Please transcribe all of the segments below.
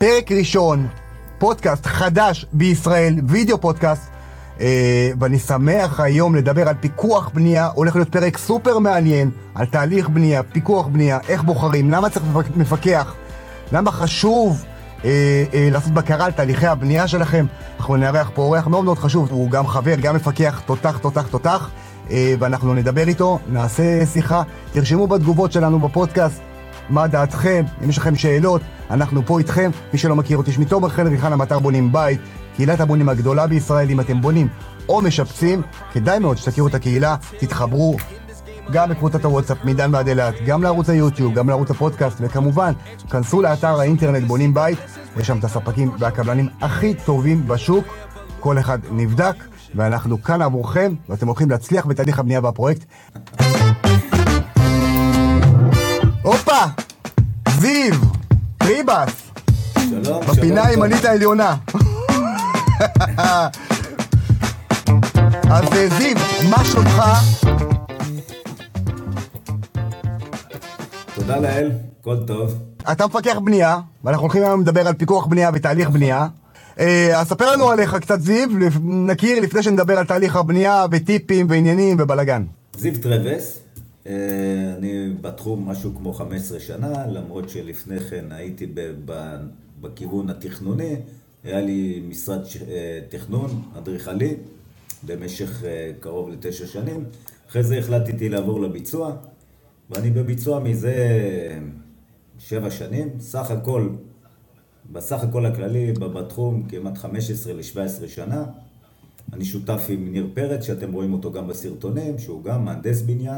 פרק ראשון, פודקאסט חדש בישראל, וידאו פודקאסט, ואני שמח היום לדבר על פיקוח בנייה. הולך להיות פרק סופר מעניין על תהליך בנייה, פיקוח בנייה, איך בוחרים, למה צריך מפקח, למה חשוב לעשות בקרה על תהליכי הבנייה שלכם. אנחנו נארח פה אורח מאוד מאוד חשוב, הוא גם חבר, גם מפקח, תותח, ואנחנו נדבר איתו, נעשה שיחה. תרשמו בתגובות שלנו בפודקאסט מה דעתכם, אם יש לכם שאלות, אנחנו פה איתכם. מי שלא מכיר אותי, שמי תומר חן ריחן, המאתר בונים בית, קהילת הבונים הגדולה בישראל. אם אתם בונים או משפצים, כדאי מאוד שתכירו את הקהילה, תתחברו גם בקבוצת הוואטסאפ מדן ועד אילת, גם לערוץ היוטיוב, גם לערוץ הפודקאסט, וכמובן, כנסו לאתר האינטרנט בונים בית, יש שם את הספקים והקבלנים הכי טובים בשוק, כל אחד נבדק, ואנחנו כאן עבורכם, ואתם הולכים להצליח בתהליך הבנייה והפרויקט. הופה! זיו! ריבס! שלום, בפינה הימנית העליונה. אז זיו, מה שלומך? תודה לאל, הכל טוב. אתה מפקח בנייה, ואנחנו הולכים היום לדבר על פיקוח בנייה ותהליך בנייה. אז ספר לנו עליך קצת זיו, נכיר לפני שנדבר על תהליך הבנייה וטיפים ועניינים ובלגן. זיו טרווס, אני בתחום משהו כמו 15 שנה, למרות שלפני כן הייתי בכיוון התכנוני, היה לי משרד תכנון, אדריכלי, במשך קרוב ל9 שנים. אחרי זה החלטתי לעבור לביצוע, ואני בביצוע מזה 7 שנים, בסך הכל הכללי בתחום כמעט 15 ל-17 שנה. אני שותף עם ניר פרץ, שאתם רואים אותו גם בסרטונים, שהוא גם מהנדס בניין.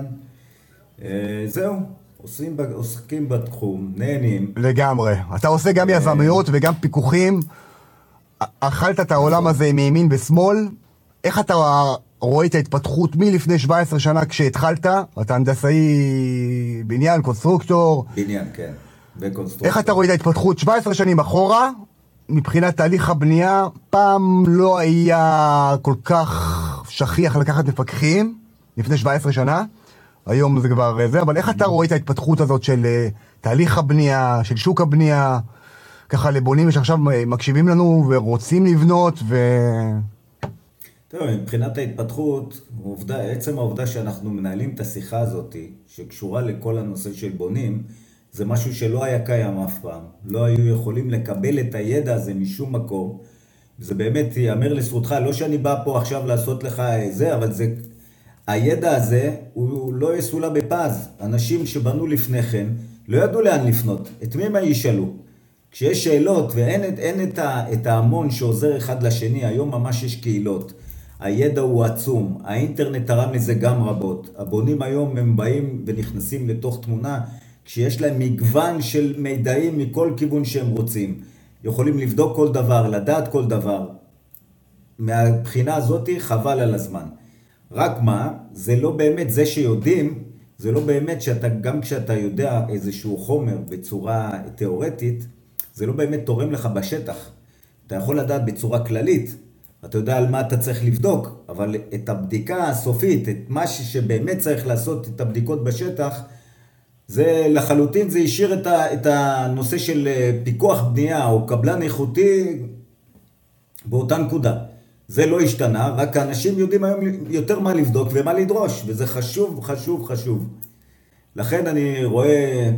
זהו, עוסקים בתחום, נהנים. לגמרי. אתה עושה גם יזמיות וגם פיקוחים. אכלת את העולם הזה מימין ושמאל. איך אתה רואה את ההתפתחות מלפני 17 שנה כשהתחלת? אתה הנדסאי בניין, קונסטרוקטור. בניין, כן. וקונסטרוקטור. איך אתה רואה את ההתפתחות 17 שנים אחורה? מבחינת תהליך הבנייה, פעם לא היה כל כך שכיח לקחת מפקחים, לפני 17 שנה. היום זה כבר זה, אבל איך אתה רואה את ההתפתחות הזאת של תהליך הבנייה, של שוק הבנייה, ככה לבונים שעכשיו מקשיבים לנו ורוצים לבנות טוב, מבחינת ההתפתחות, עצם העובדה שאנחנו מנהלים את השיחה הזאת, שקשורה לכל הנושא של בונים, זה משהו שלא היה קיים אף פעם. לא היו יכולים לקבל את הידע הזה משום מקום. זה באמת יאמר לזכותך, לא שאני בא פה עכשיו לעשות לך זה, אבל זה, הידע הזה הוא לא יסולא בפז. אנשים שבנו לפני כן לא ידעו לאן לפנות. את מי מה ישאלו? כשיש שאלות ואין את ההמון שעוזר אחד לשני, היום ממש יש קהילות. הידע הוא עצום, האינטרנט תרם לזה גם רבות. הבונים היום הם באים ונכנסים לתוך תמונה, כשיש להם מגוון של מידעים מכל כיוון שהם רוצים. יכולים לבדוק כל דבר, לדעת כל דבר. מהבחינה הזאת חבל על הזמן. רק מה, זה לא באמת זה שיודעים, זה לא באמת שאתה, גם כשאתה יודע איזשהו חומר בצורה תיאורטית, זה לא באמת תורם לך בשטח. אתה יכול לדעת בצורה כללית, אתה יודע על מה אתה צריך לבדוק, אבל את הבדיקה הסופית, את מה שבאמת צריך לעשות, את הבדיקות בשטח, זה לחלוטין, זה השאיר את הנושא של פיקוח בנייה או קבלן איכותי באותה נקודה. זה לא השתנה, רק האנשים יודעים היום יותר מה לבדוק ומה לדרוש, וזה חשוב, חשוב, חשוב. לכן אני רואה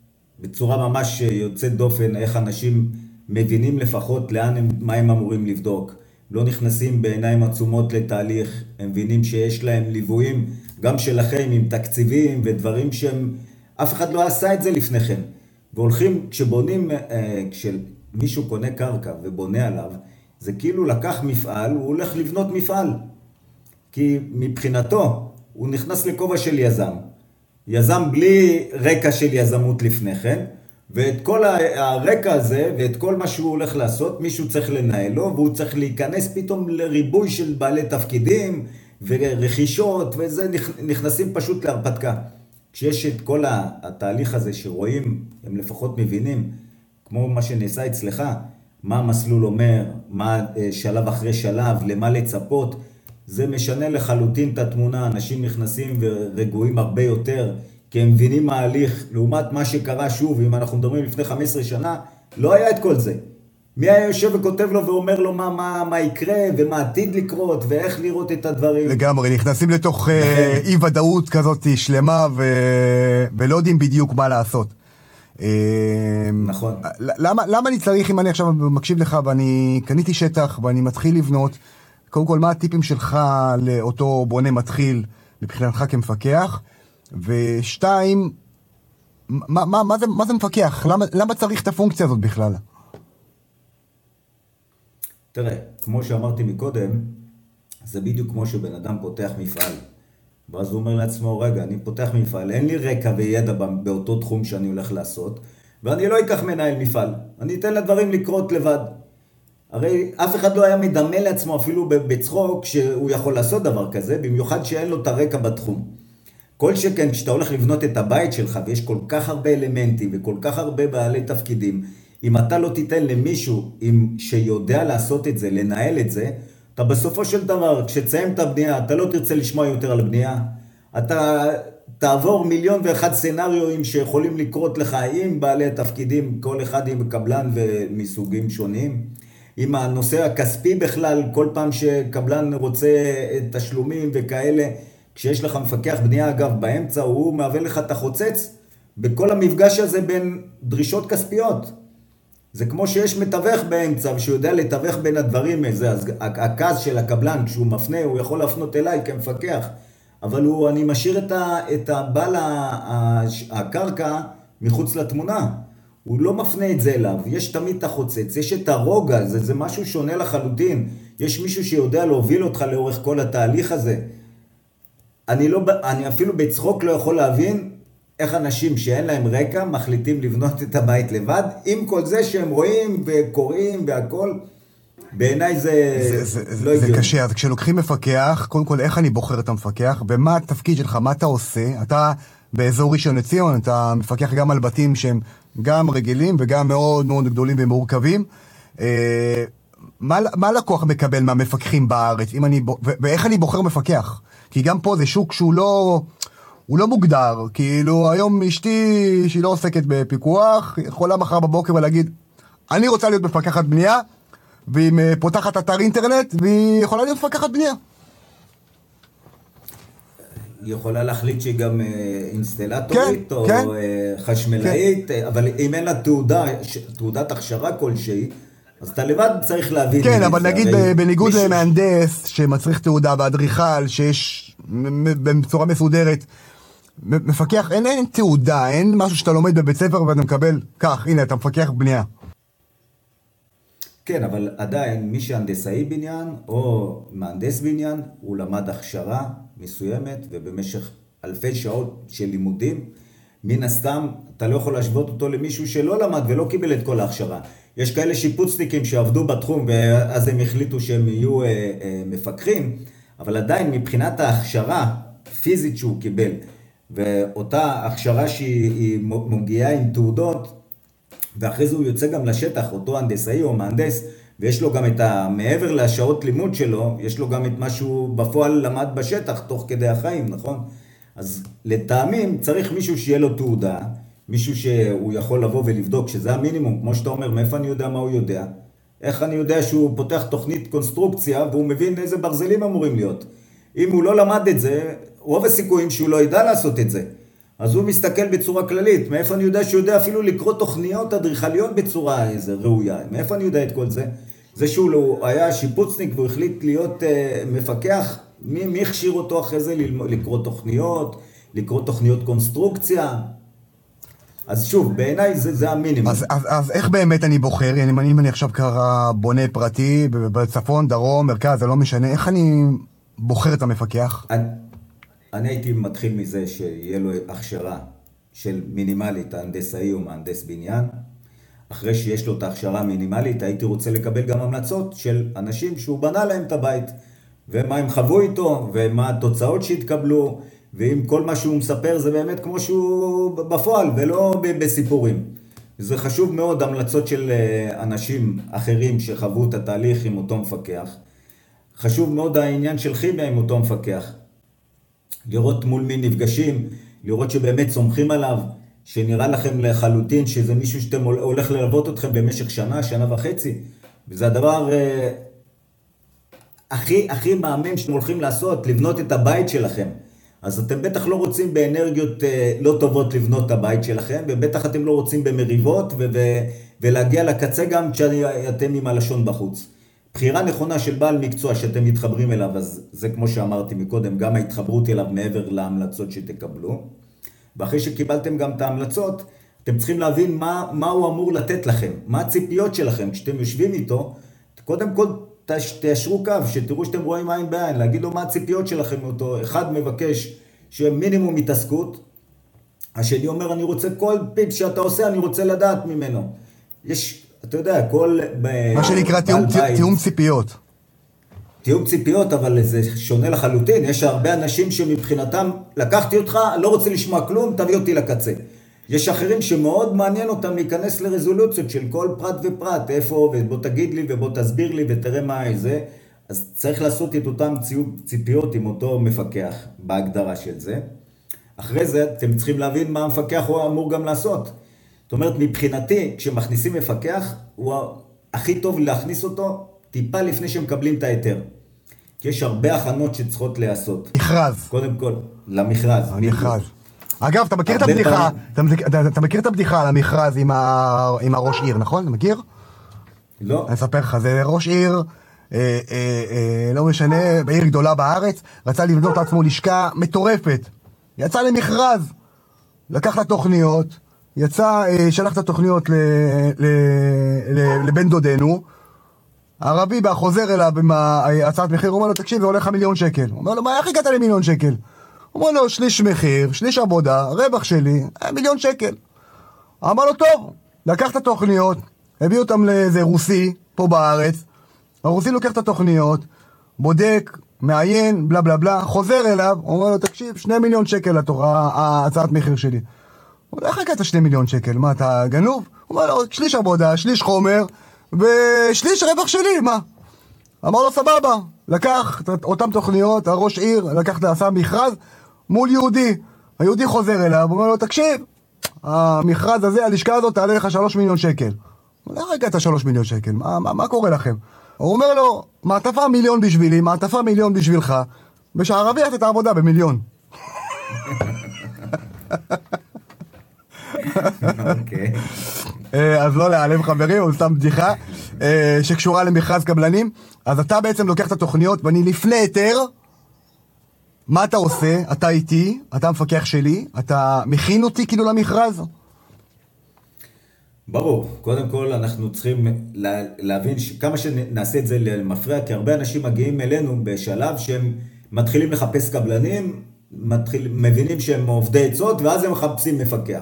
בצורה ממש יוצאת דופן איך אנשים מבינים לפחות מה הם אמורים לבדוק. לא נכנסים בעיניים עצומות לתהליך, הם מבינים שיש להם ליוויים גם שלכם עם תקציבים ודברים שהם, אף אחד לא עשה את זה לפני כן. והולכים, כשבונים, כשמישהו קונה קרקע ובונה עליו, זה כאילו לקח מפעל, הוא הולך לבנות מפעל. כי מבחינתו, הוא נכנס לכובע של יזם. יזם בלי רקע של יזמות לפני כן, ואת כל הרקע הזה ואת כל מה שהוא הולך לעשות, מישהו צריך לנהל לו, והוא צריך להיכנס פתאום לריבוי של בעלי תפקידים ורכישות, וזה נכנסים פשוט להרפתקה. כשיש את כל התהליך הזה שרואים, הם לפחות מבינים, כמו מה שנעשה אצלך, מה המסלול אומר, מה שלב אחרי שלב, למה לצפות, זה משנה לחלוטין את התמונה. אנשים נכנסים ורגועים הרבה יותר, כי הם מבינים מה ההליך, לעומת מה שקרה שוב, אם אנחנו מדברים לפני 15 שנה, לא היה את כל זה. מי היה יושב וכותב לו ואומר לו מה יקרה ומה עתיד לקרות ואיך לראות את הדברים. לגמרי, נכנסים לתוך אי ודאות כזאת שלמה ולא יודעים בדיוק מה לעשות. נכון. למה אני צריך, אם אני עכשיו מקשיב לך ואני קניתי שטח ואני מתחיל לבנות, קודם כל מה הטיפים שלך לאותו בונה מתחיל מבחינתך כמפקח? ושתיים, מה זה מפקח? למה צריך את הפונקציה הזאת בכלל? תראה, כמו שאמרתי מקודם, זה בדיוק כמו שבן אדם פותח מפעל. ואז הוא אומר לעצמו, רגע, אני פותח מפעל, אין לי רקע וידע באותו תחום שאני הולך לעשות, ואני לא אקח מנהל מפעל. אני אתן לדברים לקרות לבד. הרי אף אחד לא היה מדמה לעצמו אפילו בצחוק שהוא יכול לעשות דבר כזה, במיוחד שאין לו את הרקע בתחום. כל שכן, כשאתה הולך לבנות את הבית שלך, ויש כל כך הרבה אלמנטים וכל כך הרבה בעלי תפקידים, אם אתה לא תיתן למישהו שיודע לעשות את זה, לנהל את זה, אתה בסופו של דבר, כשתסיים את הבנייה, אתה לא תרצה לשמוע יותר על בנייה, אתה תעבור 1,000,001 סנריואים שיכולים לקרות לך עם בעלי תפקידים, כל אחד עם קבלן ומסוגים שונים, עם הנושא הכספי בכלל, כל פעם שקבלן רוצה תשלומים וכאלה, כשיש לך מפקח בנייה אגב באמצע, הוא מהווה לך את החוצץ בכל המפגש הזה בין דרישות כספיות. זה כמו שיש מתווך באמצע, ושהוא יודע לתווך בין הדברים, אז הכעס של הקבלן, כשהוא מפנה, הוא יכול להפנות אליי כמפקח, אבל אני משאיר את הבעל הקרקע מחוץ לתמונה. הוא לא מפנה את זה אליו, יש תמיד את החוצץ, יש את הרוגע, זה משהו שונה לחלוטין. יש מישהו שיודע להוביל אותך לאורך כל התהליך הזה. אני אפילו בצחוק לא יכול להבין איך אנשים שאין להם רקע מחליטים לבנות את הבית לבד, עם כל זה שהם רואים וקוראים והכל. בעיניי זה לא הגיוני. זה קשה, אז כשלוקחים מפקח, קודם כל איך אני בוחר את המפקח, ומה התפקיד שלך, מה אתה עושה? אתה באזור ראשון לציון, אתה מפקח גם על בתים שהם גם רגילים וגם מאוד מאוד גדולים ומורכבים. מה לקוח מקבל מהמפקחים בארץ, ואיך אני בוחר מפקח? כי גם פה זה שוק שהוא לא מוגדר, כאילו היום אשתי שהיא לא עוסקת בפיקוח, יכולה מחר בבוקר ולהגיד, אני רוצה להיות מפקחת בנייה, והיא פותחת אתר אינטרנט, והיא יכולה להיות מפקחת בנייה. היא יכולה להחליט שהיא גם אינסטלטורית, או חשמלאית, אבל אם אין לה תעודת הכשרה כלשהי, אז אתה לבד צריך להבין. כן, אבל נגיד בניגוד למהנדס שמצריך תעודה ואדריכל שיש בצורה מסודרת, מפקח אין תעודה, אין משהו שאתה לומד בבית ספר ואתה מקבל כך, הנה אתה מפקח בנייה. כן, אבל עדיין מי שהנדסאי בניין או מהנדס בניין, הוא למד הכשרה מסוימת ובמשך אלפי שעות של לימודים, מן הסתם אתה לא יכול להשוות אותו למישהו שלא למד ולא קיבל את כל ההכשרה. יש כאלה שיפוצניקים שעבדו בתחום ואז הם החליטו שהם יהיו מפקחים, אבל עדיין מבחינת ההכשרה פיזית שהוא קיבל, ואותה הכשרה שהיא מגיעה עם תעודות, ואחרי זה הוא יוצא גם לשטח, אותו הנדסאי או מהנדס, ויש לו גם את מעבר לשעות לימוד שלו, יש לו גם את מה שהוא בפועל למד בשטח תוך כדי החיים, נכון? אז לטעמים צריך מישהו שיהיה לו תעודה, מישהו שהוא יכול לבוא ולבדוק, שזה המינימום, כמו שאתה אומר, מאיפה אני יודע מה הוא יודע? איך אני יודע שהוא פותח תוכנית קונסטרוקציה, והוא מבין איזה ברזלים אמורים להיות? אם הוא לא למד את זה, רוב הסיכויים שהוא לא ידע לעשות את זה. אז הוא מסתכל בצורה כללית, מאיפה אני יודע שהוא יודע אפילו לקרוא תוכניות אדריכליות בצורה ראויה? מאיפה אני יודע את כל זה? זה שהוא היה שיפוצניק והוא החליט להיות מפקח, מי הכשיר אותו אחרי זה לקרוא תוכניות קונסטרוקציה? אז שוב, בעיניי זה המינימום. אז איך באמת אני בוחר? אם אני עכשיו קרא בונה פרטי בצפון, דרום, מרכז, זה לא משנה, איך אני בוחר את המפקח? אני הייתי מתחיל מזה שיהיה לו הכשרה של מינימלית, ההנדסאי או מהנדס בניין. אחרי שיש לו את ההכשרה המינימלית, הייתי רוצה לקבל גם המלצות של אנשים שהוא בנה להם את הבית, ומה הם חוו איתו, ומה התוצאות שהתקבלו, ואם כל מה שהוא מספר זה באמת כמו שהוא בפועל, ולא בסיפורים. זה חשוב מאוד, המלצות של אנשים אחרים שחוו את התהליך עם אותו מפקח. חשוב מאוד העניין של כימיה עם אותו מפקח. לראות מול מי נפגשים, לראות שבאמת סומכים עליו, שנראה לכם לחלוטין שזה מישהו שאתם הולך ללוות אתכם במשך שנה, שנה וחצי, וזה הדבר הכי מהמם שאתם הולכים לעשות, לבנות את הבית שלכם. אז אתם בטח לא רוצים באנרגיות לא טובות לבנות את הבית שלכם, ובטח אתם לא רוצים במריבות ולהגיע לקצה גם כשאתם עם הלשון בחוץ. בחירה נכונה של בעל מקצוע שאתם מתחברים אליו, אז זה כמו שאמרתי מקודם, גם ההתחברות אליו מעבר להמלצות שתקבלו. ואחרי שקיבלתם גם את ההמלצות, אתם צריכים להבין מה הוא אמור לתת לכם, מה הציפיות שלכם. כשאתם יושבים איתו, קודם כל תיישרו קו, שתראו שאתם רואים עין בעין, להגיד לו מה הציפיות שלכם אותו. אחד מבקש שמינימום התעסקות, השני אומר אני רוצה כל פיפ שאתה עושה, אני רוצה לדעת ממנו. יש, אתה יודע, כל... מה שנקרא תיאום ציפיות. תיאום ציפיות, אבל זה שונה לחלוטין. יש הרבה אנשים שמבחינתם, לקחתי אותך, לא רוצה לשמוע כלום, תביא אותי לקצה. יש אחרים שמאוד מעניין אותם להיכנס לרזולוציות של כל פרט ופרט, איפה, ובוא תגיד לי, ובוא תסביר לי, ותראה מה זה. אז צריך לעשות את אותם ציפיות עם אותו מפקח, בהגדרה של זה. אחרי זה, אתם צריכים להבין מה המפקח הוא אמור גם לעשות. זאת אומרת, מבחינתי, כשמכניסים מפקח, הוא הכי טוב להכניס אותו טיפה לפני שמקבלים את ההיתר. כי יש הרבה הכנות שצריכות לעשות. מכרז. קודם כל, למכרז. המכרז. אגב, אתה מכיר את הבדיחה, אתה מכיר את הבדיחה על המכרז עם הראש עיר, נכון? אתה מכיר? לא. אני אספר לך, זה ראש עיר, לא משנה, בעיר גדולה בארץ, רצה לבנות לעצמו לשכה מטורפת. יצא למכרז, לקח לתוכניות, שלח את התוכניות לבן דודנו, הערבי בא חוזר אליו עם הצעת מחיר, הוא אומר לו, תקשיב, זה הולך 1,000,000 שקל. הוא אומר לו, איך הגעת ל1,000,000 שקל? הוא אומר לו, שליש מחיר, שליש עבודה, רווח שלי, 1,000,000 שקל. אמר לו, טוב, לקח את התוכניות, הביא אותם לאיזה רוסי, פה בארץ, הרוסי לוקח את התוכניות, בודק, מעיין, בלה בלה בלה, חוזר אליו, הוא אומר לו, תקשיב, 2,000,000 שקל הצעת מחיר שלי. הוא אומר, איך הגעת 2,000,000 שקל? מה, אתה גנוב? הוא אומר לו, שליש עבודה, שליש חומר, ושליש רווח שלי, מה? אמר לו, סבבה, לקח אותם תוכניות, הראש עיר, לקח, עשה מכרז מול יהודי. היהודי חוזר אליו, הוא אומר לו, תקשיב, המכרז הזה, הלשכה הזאת תעלה לך 3,000,000 שקל. הוא אומר, איך הגעת 3,000,000 שקל? מה קורה לכם? הוא אומר לו, מעטפה 1,000,000 בשבילי, מעטפה 1,000,000 בשבילך, ושהערבי יעשה את העבודה ב1,000,000. אוקיי. אז לא להיעלם חברים, הוא סתם בדיחה שקשורה למכרז קבלנים. אז אתה בעצם לוקח את התוכניות, ואני לפני היתר, מה אתה עושה? אתה איתי, אתה המפקח שלי, אתה מכין אותי כאילו למכרז? ברור, קודם כל אנחנו צריכים להבין שכמה שנעשה את זה למפרע, כי הרבה אנשים מגיעים אלינו בשלב שהם מתחילים לחפש קבלנים, מבינים שהם עובדי עצות, ואז הם מחפשים מפקח.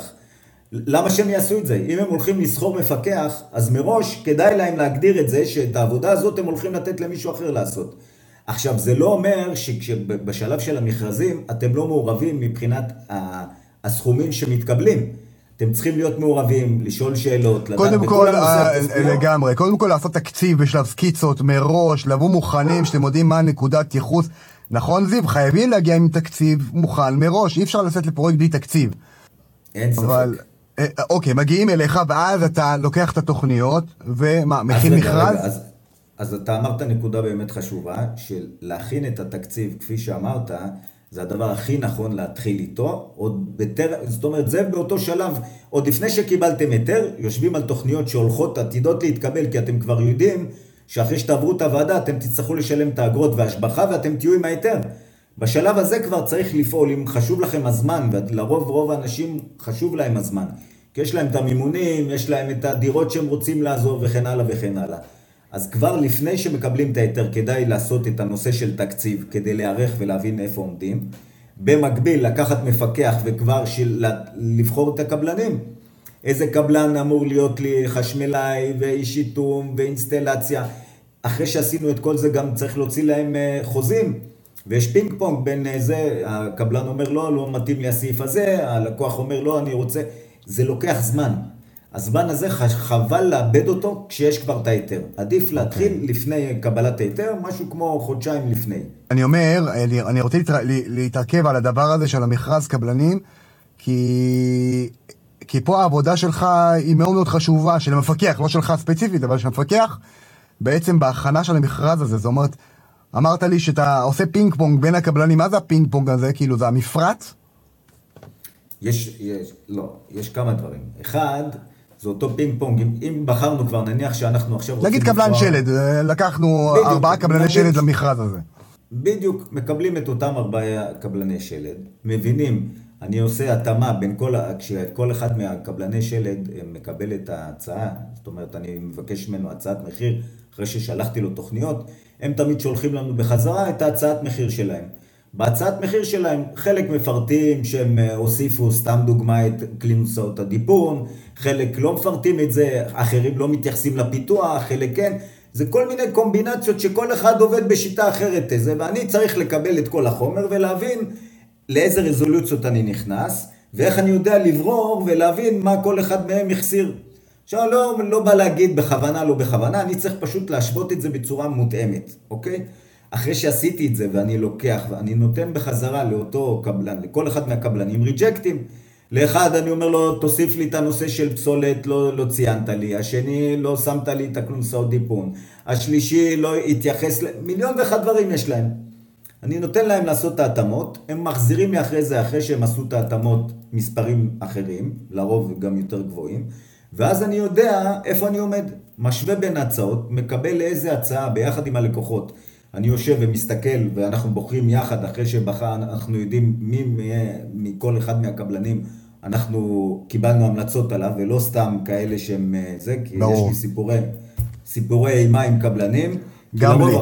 למה שהם יעשו את זה? אם הם הולכים לסחור מפקח, אז מראש כדאי להם להגדיר את זה, שאת העבודה הזאת הם הולכים לתת למישהו אחר לעשות. עכשיו, זה לא אומר שבשלב של המכרזים, אתם לא מעורבים מבחינת הסכומים שמתקבלים. אתם צריכים להיות מעורבים, לשאול שאלות, קודם כל, לגמרי, קודם כל לעשות תקציב בשלב סקיצות מראש, לבוא מוכנים, שאתם יודעים מה נקודת ייחוס. נכון זיו, חייבים להגיע עם תקציב מוכן מראש, אי אפשר לצאת לפרויקט בלי תקציב. אין ספק. אבל, אוקיי, מגיעים אליך, ואז אתה לוקח את התוכניות, ומה, מכין מכרז? אז אתה אמרת נקודה באמת חשובה, של להכין את התקציב, כפי שאמרת, זה הדבר הכי נכון להתחיל איתו, זאת אומרת, זה באותו שלב, עוד לפני שקיבלתם היתר, יושבים על תוכניות שהולכות, עתידות להתקבל, כי אתם כבר יודעים שאחרי שתעברו את הוועדה, אתם תצטרכו לשלם את האגרות וההשבחה, ואתם תהיו עם ההיתר. בשלב הזה כבר צריך לפעול, אם חשוב לכם הזמן, ולרוב רוב האנשים חשוב להם הזמן, כי יש להם את המימונים, יש להם את הדירות שהם רוצים לעזוב, וכן הלאה וכן הלאה. אז כבר לפני שמקבלים את ההיתר, כדאי לעשות את הנושא של תקציב, כדי להערך ולהבין איפה עומדים. במקביל, לקחת מפקח וכבר לבחור את הקבלנים. איזה קבלן אמור להיות לי חשמלאי ואיש שיתום ואינסטלציה. אחרי שעשינו את כל זה, גם צריך להוציא להם חוזים. ויש פינג פונג בין זה, הקבלן אומר לא מתאים לי הסעיף הזה, הלקוח אומר לא, אני רוצה. זה לוקח זמן. הזמן הזה חבל לאבד אותו כשיש כבר את ההיתר. עדיף להתחיל לפני קבלת ההיתר, משהו כמו חודשיים לפני. אני אומר, אני רוצה להתעכב על הדבר הזה של המכרז קבלנים, כי כי פה העבודה שלך היא מאוד מאוד חשובה, של המפקח, לא שלך ספציפית, אבל של המפקח, בעצם בהכנה של המכרז הזה. זאת אומרת, אמרת לי שאתה עושה פינג פונג בין הקבלנים, מה זה הפינג פונג הזה? כאילו, זה המפרט? יש כמה דברים. אחד, זה אותו פינג פונג, אם בחרנו כבר, נניח שאנחנו עכשיו רוצים... נגיד קבלן שלד, לקחנו 4 קבלני שלד למכרז הזה. בדיוק, מקבלים את אותם 4 קבלני שלד, מבינים, אני עושה התאמה בין כשכל אחד מהקבלני שלד מקבל את ההצעה, זאת אומרת, אני מבקש ממנו הצעת מחיר, אחרי ששלחתי לו תוכניות, הם תמיד שולחים לנו בחזרה את ההצעת מחיר שלהם. בהצעת מחיר שלהם, חלק מפרטים שהם הוסיפו, סתם דוגמה, את כלי הדיפון, חלק לא מפרטים את זה, אחרים לא מתייחסים לפיתוח, חלק כן, זה כל מיני קומבינציות שכל אחד עובד בשיטה אחרת, ואני צריך לקבל את כל החומר ולהבין לאיזה רזולוציות אני נכנס, ואיך אני יודע לברור ולהבין מה כל אחד מהם יחסיר. עכשיו, לא בא להגיד בכוונה, לא בכוונה, אני צריך פשוט להשוות את זה בצורה מותאמת, אוקיי? אחרי שעשיתי את זה ואני לוקח ואני נותן בחזרה לאותו קבלן, לכל אחד מהקבלנים ריג'קטים. לאחד אני אומר לו, תוסיף לי את הנושא של פסולת, לא ציינת לי. השני, לא שמת לי את הכלונסאות דיפון. השלישי, לא התייחס, מיליון ואחד דברים יש להם. אני נותן להם לעשות את ההתאמות, הם מחזירים לי אחרי זה, אחרי שהם עשו את ההתאמות, מספרים אחרים, לרוב גם יותר גבוהים, ואז אני יודע איפה אני עומד. משווה בין הצעות, מקבל איזה הצעה ביחד עם הלקוחות. אני יושב ומסתכל ואנחנו בוחרים יחד, אחרי אנחנו יודעים מי מכל אחד מהקבלנים אנחנו קיבלנו המלצות עליו, ולא סתם כאלה שהם זה, כי יש לי סיפורי אימה עם קבלנים. גם לי.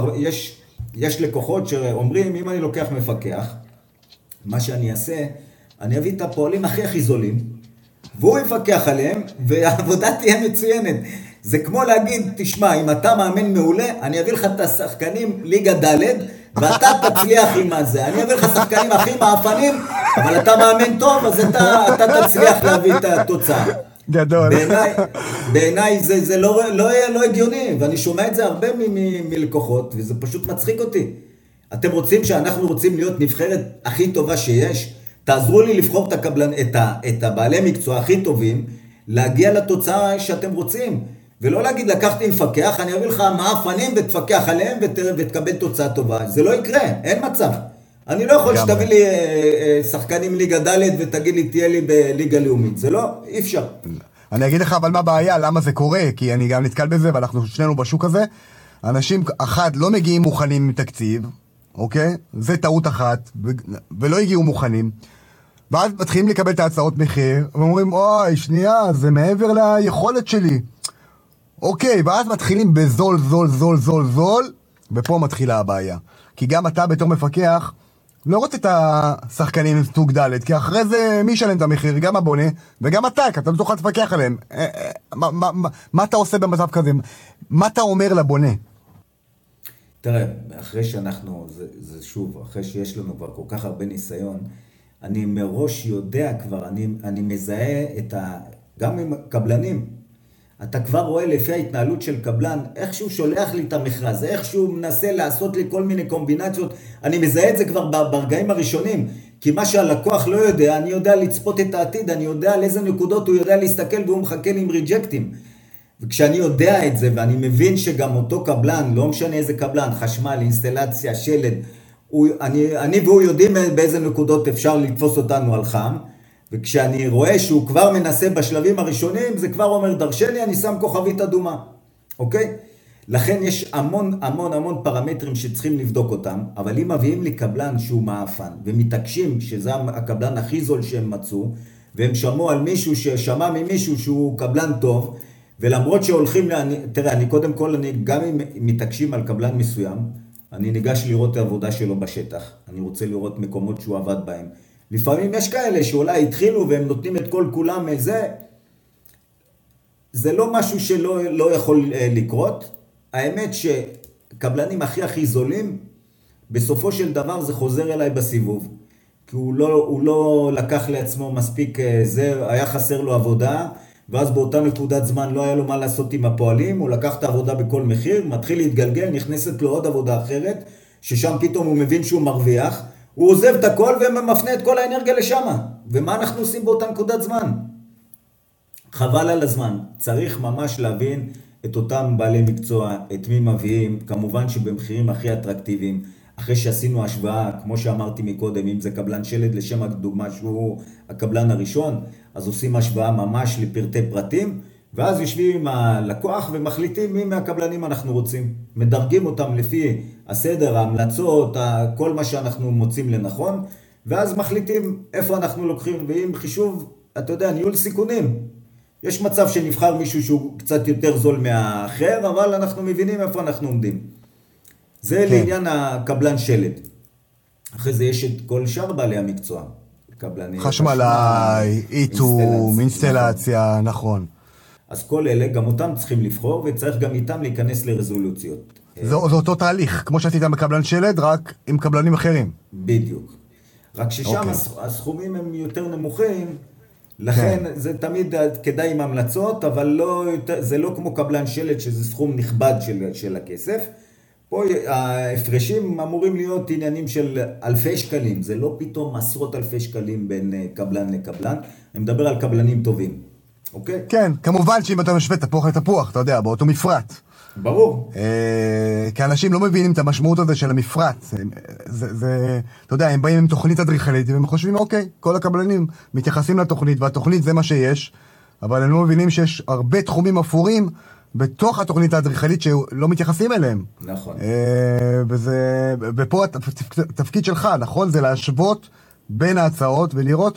יש לקוחות שאומרים, אם אני לוקח מפקח, מה שאני אעשה, אני אביא את הפועלים הכי זולים, והוא יפקח עליהם, והעבודה תהיה מצוינת. זה כמו להגיד, תשמע, אם אתה מאמן מעולה, אני אביא לך את השחקנים ליגה ד' ואתה תצליח עם זה. אני אביא לך שחקנים הכי מאפנים, אבל אתה מאמן טוב, אז אתה תצליח להביא את התוצאה. גדול. בעיניי זה לא הגיוני, ואני שומע את זה הרבה מלקוחות, וזה פשוט מצחיק אותי. אתם רוצים שאנחנו רוצים להיות נבחרת הכי טובה שיש? תעזרו לי לבחור את הבעלי מקצוע הכי טובים, להגיע לתוצאה שאתם רוצים. ולא להגיד, לקחתי מפקח, אני אביא לך מאפנים ותפקח עליהם ותקבל תוצאה טובה. זה לא יקרה, אין מצב. אני לא יכול שתביא לי שחקנים ליגה ד' ותגיד לי, תהיה לי בליגה לאומית. זה לא, אי אפשר. אני אגיד לך אבל מה הבעיה, למה זה קורה, כי אני גם נתקל בזה ואנחנו שנינו בשוק הזה. אנשים, אחד, לא מגיעים מוכנים עם תקציב, אוקיי? זה טעות אחת, ולא הגיעו מוכנים. ואז מתחילים לקבל את ההצעות מחיר, ואומרים, אוי, שנייה, זה מעבר ליכולת שלי. אוקיי, ואז מתחילים בזול, זול, זול, זול, זול, ופה מתחילה הבעיה. כי גם אתה בתור מפקח, לא רוצה את השחקנים סוג ד', כי אחרי זה מי ישלם את המחיר? גם הבונה, וגם אתה לא תוכל לפקח עליהם. מה אתה עושה במצב כזה? מה אתה אומר לבונה? תראה, אחרי שאנחנו, זה שוב, אחרי שיש לנו כבר כל כך הרבה ניסיון, אני מראש יודע כבר, אני מזהה גם עם קבלנים, אתה כבר רואה לפי ההתנהלות של קבלן, איך שהוא שולח לי את המכרז, איך שהוא מנסה לעשות לי כל מיני קומבינציות, אני מזהה את זה כבר ברגעים הראשונים, כי מה שהלקוח לא יודע, אני יודע לצפות את העתיד, אני יודע על איזה נקודות הוא יודע להסתכל והוא מחכה לי עם ריג'קטים. וכשאני יודע את זה ואני מבין שגם אותו קבלן, לא משנה איזה קבלן, חשמל, אינסטלציה, שלד, אני והוא יודעים באיזה נקודות אפשר לתפוס אותנו על חם, וכשאני רואה שהוא כבר מנסה בשלבים הראשונים, זה כבר אומר דרשני, אני שם כוכבית אדומה, אוקיי? לכן יש המון המון המון פרמטרים שצריכים לבדוק אותם, אבל אם מביאים לי קבלן שהוא מאפן, ומתעקשים שזה הקבלן הכי זול שהם מצאו, והם שמעו על מישהו ששמע ממישהו שהוא קבלן טוב, ולמרות שהולכים, תראה, אני קודם כל, גם אם מתעקשים על קבלן מסוים, אני ניגש לראות את העבודה שלו בשטח, אני רוצה לראות מקומות שהוא עבד בהם. לפעמים יש כאלה שאולי התחילו והם נותנים את כל כולם איזה, זה לא משהו שלא יכול לקרות. האמת שקבלנים הכי זולים, בסופו של דבר זה חוזר אליי בסיבוב. כי הוא לא לקח לעצמו מספיק, זה היה חסר לו עבודה, ואז באותה נקודת זמן לא היה לו מה לעשות עם הפועלים, הוא לקח את העבודה בכל מחיר, מתחיל להתגלגל, נכנסת לו עוד עבודה אחרת, ששם פתאום הוא מבין שהוא מרוויח, הוא עוזב את הכל ומפנה את כל האנרגיה לשם. ומה אנחנו עושים באותה נקודת זמן? חבל על הזמן, צריך ממש להבין את אותם בעלי מקצוע, את מי מביאים, כמובן שבמחירים הכי אטרקטיביים, אחרי שעשינו השוואה, כמו שאמרתי מקודם, אם זה קבלן שלד לשם הדוגמה שהוא הקבלן הראשון, אז עושים השוואה ממש לפרטי פרטים, ואז יושבים עם הלקוח ומחליטים מי מהקבלנים אנחנו רוצים. מדרגים אותם לפי הסדר, ההמלצות, כל מה שאנחנו מוצאים לנכון, ואז מחליטים איפה אנחנו לוקחים, ועם חישוב, אתה יודע, ניהול סיכונים. יש מצב שנבחר מישהו שהוא קצת יותר זול מהאחר, אבל אנחנו מבינים איפה אנחנו עומדים. זה כן. לעניין הקבלן שלד. אחרי זה יש את כל שאר בעלי המקצוע. חשמלאי, איתום, אינסטלציה, נכון. אז כל אלה, גם אותם צריכים לבחור, וצריך גם איתם להיכנס לרזולוציות. זה אותו תהליך, כמו שעשית בקבלן שלד, רק עם קבלנים אחרים. בדיוק. רק ששם הסכומים הם יותר נמוכים, לכן זה תמיד כדאי עם המלצות, אבל זה לא כמו קבלן שלד, שזה סכום נכבד של הכסף. פה ההפרשים אמורים להיות עניינים של אלפי שקלים, זה לא פתאום עשרות אלפי שקלים בין קבלן לקבלן, אני מדבר על קבלנים טובים, אוקיי? כן, כמובן שאם אתה משווה תפוח לתפוח, אתה יודע, באותו מפרט. ברור. כי אנשים לא מבינים את המשמעות הזה של המפרט. אתה יודע, הם באים עם תוכנית אדריכלית, והם חושבים, אוקיי, כל הקבלנים מתייחסים לתוכנית, והתוכנית זה מה שיש, אבל הם לא מבינים שיש הרבה תחומים בתוך התוכנית האדריכלית שלא מתייחסים אליהם. נכון. ופה התפקיד שלך, נכון? זה להשוות בין ההצעות ולראות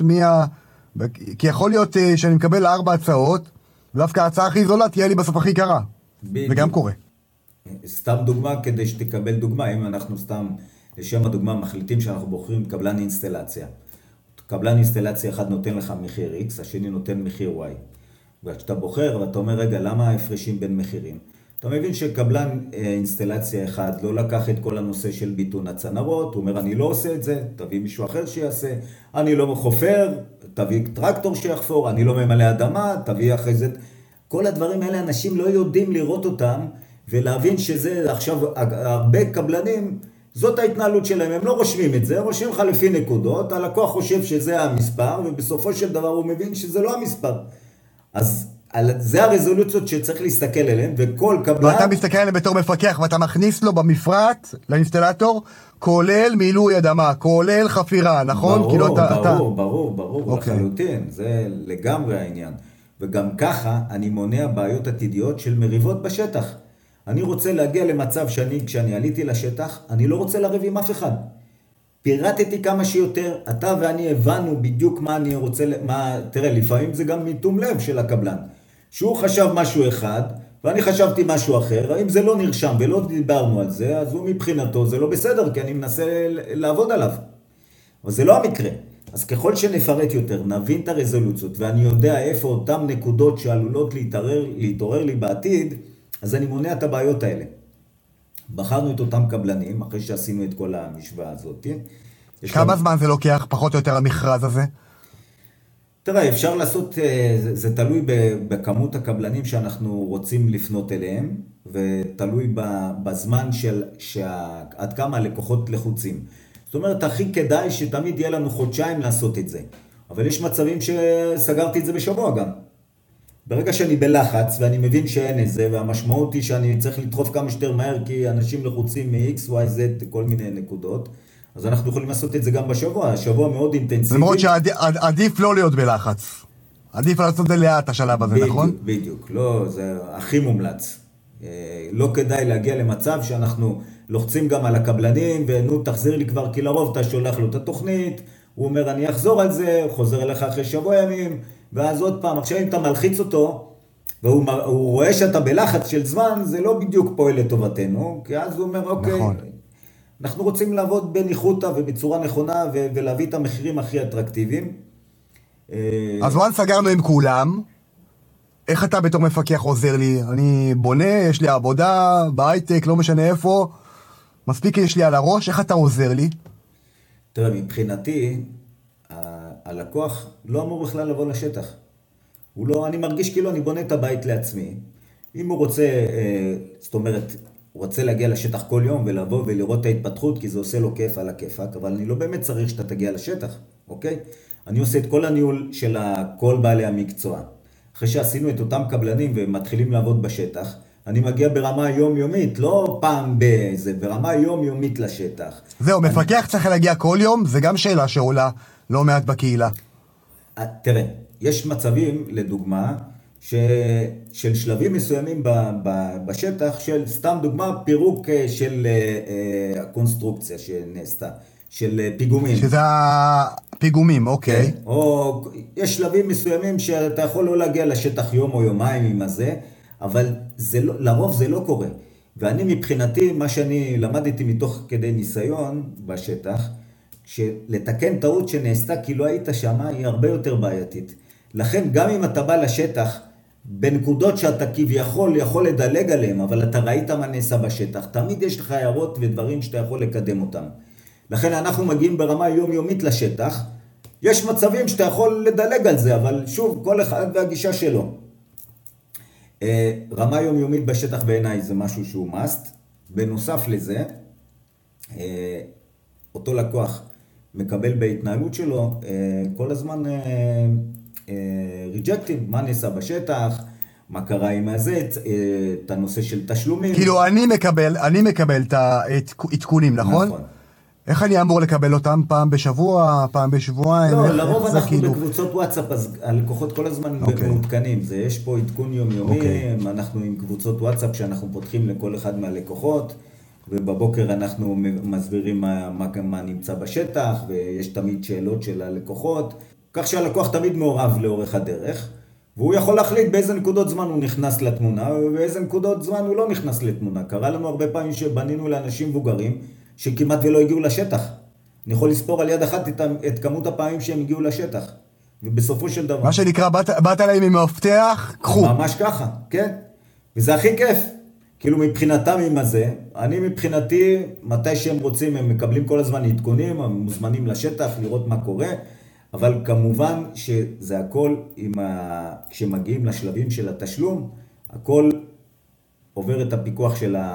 כי יכול להיות שאני מקבל 4 הצעות, דווקא ההצעה הכי זולה תהיה לי בסוף הכי קרה. וגם קורה. סתם דוגמה כדי שתקבל דוגמה, אם אנחנו סתם לשם הדוגמה מחליטים שאנחנו בוחרים קבלן אינסטלציה. קבלן אינסטלציה אחד נותן לך מחיר X, השני נותן מחיר Y. וכשאתה בוחר ואתה אומר, רגע, למה ההפרשים בין מחירים? אתה מבין שקבלן אינסטלציה אחד לא לקח את כל הנושא של ביטון הצנרות, הוא אומר, אני לא עושה את זה, תביא מישהו אחר שיעשה, אני לא חופר, תביא טרקטור שיחפור, אני לא ממלא אדמה, תביא אחרי זה. כל הדברים האלה אנשים לא יודעים לראות אותם, ולהבין שזה עכשיו הרבה קבלנים, זאת ההתנהלות שלהם, הם לא רושמים את זה, רושמים לך לפי נקודות, הלקוח חושב שזה המספר, ובסופו של דבר הוא מבין שזה לא המספר. אז זה הרזולוציות שצריך להסתכל עליהן, וכל קבלן... ואתה מסתכל עליהם בתור מפקח, ואתה מכניס לו במפרט, לאינסטלטור, כולל מילוי אדמה, כולל חפירה, נכון? ברור, לחלוטין, זה לגמרי העניין. וגם ככה אני מונע בעיות עתידיות של מריבות בשטח. אני רוצה להגיע למצב כשאני עליתי לשטח, אני לא רוצה לריב עם אף אחד. פירטתי כמה שיותר, אתה ואני הבנו בדיוק מה אני רוצה, תראה, לפעמים זה גם מתום לב של הקבלן. שהוא חשב משהו אחד, ואני חשבתי משהו אחר, אם זה לא נרשם ולא דיברנו על זה, אז הוא מבחינתו זה לא בסדר, כי אני מנסה לעבוד עליו. אבל זה לא המקרה. אז ככל שנפרט יותר, נבין את הרזולוציות, ואני יודע איפה אותם נקודות שעלולות להתעורר לי בעתיד, אז אני מונע את הבעיות האלה. בחרנו את אותם קבלנים, אחרי שעשינו את כל המשוואה הזאת. כמה זמן זה לוקח, פחות או יותר, המכרז הזה? תראה, אפשר לעשות, זה תלוי בכמות הקבלנים שאנחנו רוצים לפנות אליהם, ותלוי בזמן עד כמה הלקוחות לחוצים. זאת אומרת, הכי כדאי שתמיד יהיה לנו חודשיים לעשות את זה. אבל יש מצבים שסגרתי את זה בשבוע גם. ברגע שאני בלחץ ואני מבין שאין את זה, והמשמעות היא שאני צריך לדחוף כמה שיותר מהר, כי אנשים לחוצים מ-X, Y, Z, כל מיני נקודות, אז אנחנו יכולים לעשות את זה גם בשבוע. השבוע מאוד אינטנסיבי. למרות שעדיף לא להיות בלחץ. עדיף לעשות את זה לאט השלב הזה, נכון? בדיוק, לא, זה הכי מומלץ. לא כדאי להגיע למצב שאנחנו לוחצים גם על הקבלנים, ונו תחזיר לי כבר, כי לרוב אתה שולח לו את התוכנית, הוא אומר אני אחזור על זה, הוא חוזר אליך אחרי שבוע ימים, ואז עוד פעם, עכשיו אם אתה מלחיץ אותו, והוא רואה שאתה בלחץ של זמן, זה לא בדיוק פועל לטובתנו, כי אז הוא אומר אוקיי, נכון. אנחנו רוצים לעבוד בניחותא ובצורה נכונה, ולהביא את המחירים הכי אטרקטיביים. אז מה סגרנו עם כולם? איך אתה בתור מפקח עוזר לי? אני בונה, יש לי עבודה, בהייטק, לא משנה איפה, מספיק יש לי על הראש, איך אתה עוזר לי? תראה, מבחינתי, הלקוח לא אמור בכלל לבוא לשטח. אני מרגיש כאילו אני בונה את הבית לעצמי. אם הוא רוצה, זאת אומרת, הוא רוצה להגיע לשטח כל יום ולבוא ולראות את ההתפתחות, כי זה עושה לו כיף על הכיפק, אבל אני לא באמת צריך שאתה תגיע לשטח, אוקיי? אני עושה את כל הניהול של כל בעלי המקצוע. אחרי שעשינו את אותם קבלנים ומתחילים לעבוד בשטח, אני מגיע ברמה יומיומית, לא פעם בזה, ברמה יומיומית לשטח. זהו, מפקח צריך להגיע כל יום, זה גם שאלה שעולה לא מעט בקהילה. תראה, יש מצבים, לדוגמה, של שלבים מסוימים בשטח, של סתם דוגמה, פירוק של הקונסטרוקציה שנעשתה, של פיגומים. שזה הפיגומים, אוקיי. או יש שלבים מסוימים שאתה יכול לא להגיע לשטח יום או יומיים עם הזה, אבל לרוב זה לא קורה. ואני מבחינתי, מה שאני למדתי מתוך כדי ניסיון בשטח, שלתקן טעות שנעשתה כי לא היית שמה, היא הרבה יותר בעייתית. לכן גם אם אתה בא לשטח, בנקודות שאתה כביכול יכול לדלג עליהם, אבל אתה ראית מה נעשה בשטח, תמיד יש לך הערות ודברים שאתה יכול לקדם אותם. לכן אנחנו מגיעים ברמה יומיומית לשטח, יש מצבים שאתה יכול לדלג על זה, אבל שוב, כל אחד והגישה שלו. רמה יומיומית בשטח בעיניי זה משהו שהוא must. בנוסף לזה, אותו לקוח מקבל בהתנהלות שלו כל הזמן ריג'קטים, מה נעשה בשטח, מה קרה עם הזה, את הנושא של תשלומים. כאילו אני מקבל את העדכונים, נכון? נכון. איך אני אמור לקבל אותם? פעם בשבוע, פעם בשבועיים? לא, לרוב אנחנו בקבוצות וואטסאפ, אז הלקוחות כל הזמן מעודכנים. יש פה עדכון יומיומי, אנחנו עם קבוצות וואטסאפ שאנחנו פותחים לכל אחד מהלקוחות, ובבוקר אנחנו מסבירים מה נמצא בשטח, ויש תמיד שאלות של הלקוחות, כך שהלקוח תמיד מעורב לאורך הדרך, והוא יכול להחליט באיזה נקודות זמן הוא נכנס לתמונה, ובאיזה נקודות זמן הוא לא נכנס לתמונה. קרה לנו הרבה פעמים שבנינו לאנשים מבוגרים, שכמעט ולא הגיעו לשטח. אני יכול לספור על יד אחת את כמות הפעמים שהם הגיעו לשטח. ובסופו של דבר... מה שנקרא, באת עליהם עם המפתח, קחו. ממש ככה, כן. וזה הכי כיף. כאילו מבחינתם עם הזה, אני מבחינתי, מתי שהם רוצים, הם מקבלים כל הזמן עדכונים, הם מוזמנים לשטח לראות מה קורה, אבל כמובן שזה הכל, כשמגיעים לשלבים של התשלום, הכל עובר את הפיקוח